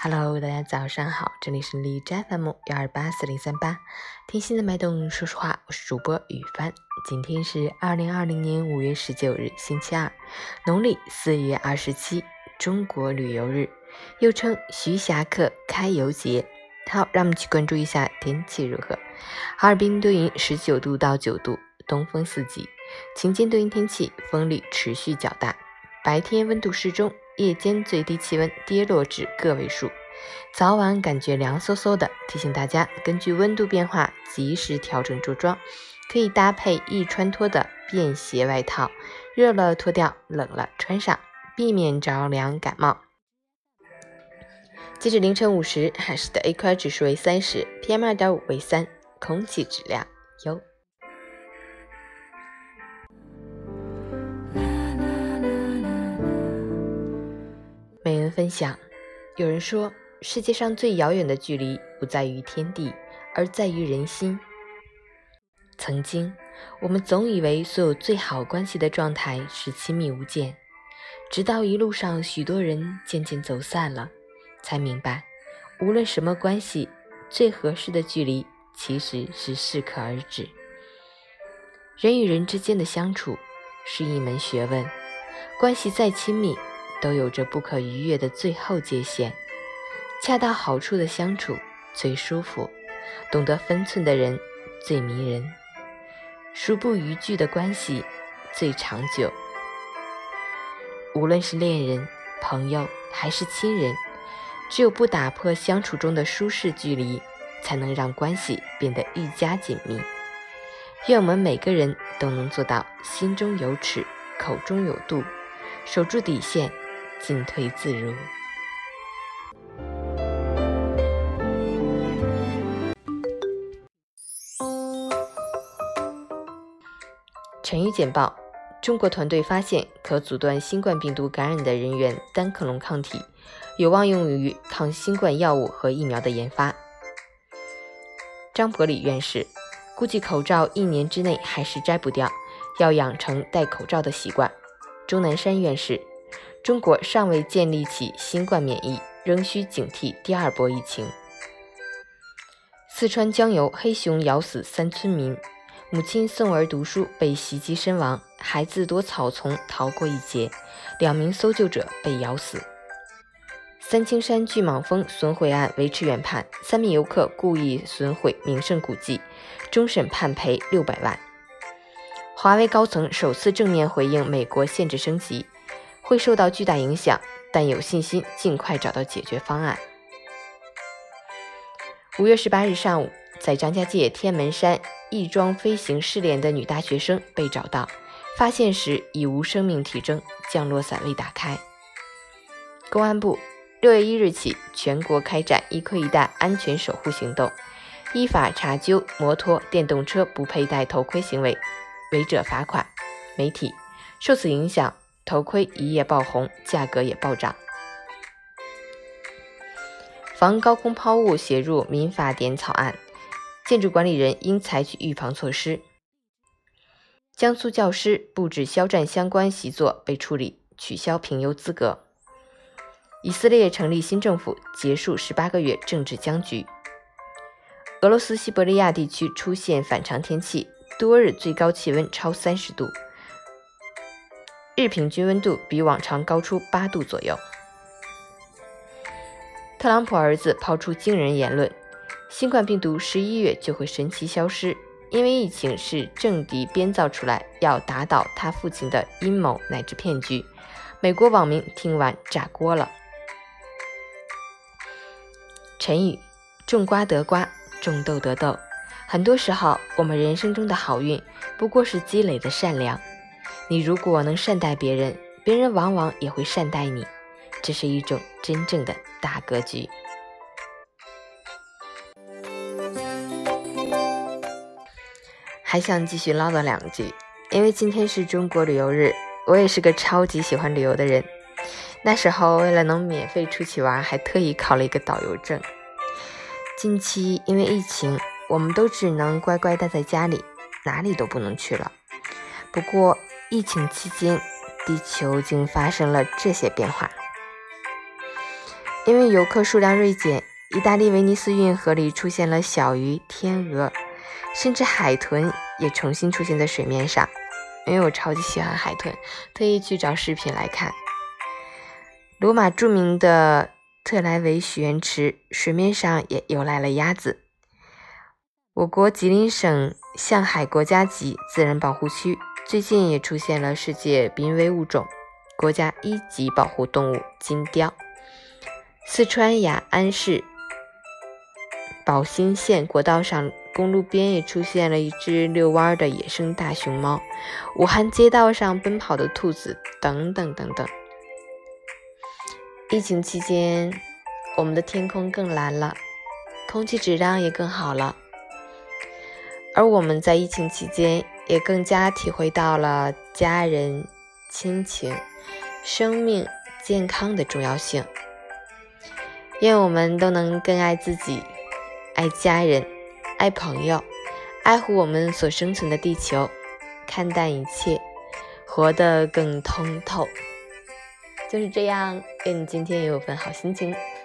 Hello， 大家早上好，这里是荔枝 FM1284038，听心的脉动说实话，我是主播雨帆。今天是2020年5月19日，星期二，农历4月27，中国旅游日，又称徐霞客开游节。好，让我们去关注一下天气如何。哈尔滨多云，19度到9度，东风4级，晴间多云天气，风力持续较大，白天温度适中，夜间最低气温跌落至个位数，早晚感觉凉飕飕的，提醒大家根据温度变化及时调整着装，可以搭配易穿脱的便携外套，热了脱掉，冷了穿上，避免着凉感冒。截止凌晨5时，海市的 AQI 指数为30， PM2.5 为3，空气质量优。美文分享，有人说，世界上最遥远的距离不在于天地，而在于人心。曾经，我们总以为所有最好关系的状态是亲密无间，直到一路上许多人渐渐走散了，才明白，无论什么关系，最合适的距离其实是适可而止。人与人之间的相处是一门学问，关系再亲密，都有着不可逾越的最后界限。恰到好处的相处最舒服，懂得分寸的人最迷人，熟不逾矩的关系最长久。无论是恋人、朋友还是亲人，只有不打破相处中的舒适距离，才能让关系变得愈加紧密。愿我们每个人都能做到心中有尺，口中有度，守住底线，进退自如。成语简报：中国团队发现可阻断新冠病毒感染的人员单克隆抗体，有望用于抗新冠药物和疫苗的研发。张伯礼院士：估计口罩1年之内还是摘不掉，要养成戴口罩的习惯。钟南山院士：中国尚未建立起新冠免疫，仍需警惕第2波疫情。四川江油黑熊咬死3村民，母亲送儿读书被袭击身亡，孩子躲草丛逃过一劫，2名搜救者被咬死。三清山巨蟒峰损毁案维持原判，3名游客故意损毁名胜古迹，终审判赔600万。华为高层首次正面回应美国限制升级，会受到巨大影响，但有信心尽快找到解决方案。5月18日上午，在张家界天门山翼装飞行试练的女大学生被找到，发现时已无生命体征，降落伞未打开。公安部6月1日起全国开展一盔一弹安全守护行动，依法查究摩托、电动车不佩戴头盔行为，违者罚款。媒体受此影响，头盔一夜爆红，价格也暴涨。防高空抛物写入民法典草案，建筑管理人应采取预防措施。江苏教师布置肖战相关习作被处理，取消评优资格。以色列成立新政府，结束18个月政治僵局。俄罗斯西伯利亚地区出现反常天气，多日最高气温超30度，日平均温度比往常高出8度左右。特朗普儿子抛出惊人言论，新冠病毒11月就会神奇消失，因为疫情是政敌编造出来要打倒他父亲的阴谋乃至骗局。美国网民听完炸锅了。成语：种瓜得瓜，种豆得豆。很多时候，我们人生中的好运不过是积累的善良。你如果能善待别人，别人往往也会善待你，这是一种真正的大格局。还想继续唠叨2句，因为今天是中国旅游日，我也是个超级喜欢旅游的人。那时候为了能免费出去玩，还特意考了一个导游证。近期因为疫情，我们都只能乖乖待在家里，哪里都不能去了。不过疫情期间，地球竟发生了这些变化。 因为游客数量锐减，意大利威尼斯运河里出现了小鱼、天鹅，甚至海豚也重新出现在水面上。因为我超级喜欢海豚，特意去找视频来看。罗马著名的特莱维许愿池水面上也游来了鸭子。我国吉林省象海国家级自然保护区最近也出现了世界濒危物种国家1级保护动物金雕。四川雅安市宝兴县国道上公路边也出现了一只遛弯的野生大熊猫，武汉街道上奔跑的兔子等等等等。疫情期间，我们的天空更蓝了，空气质量也更好了，而我们在疫情期间也更加体会到了家人、亲情、生命、健康的重要性。愿我们都能更爱自己，爱家人，爱朋友，爱护我们所生存的地球，看淡一切，活得更通透。就是这样，愿你今天也有份好心情。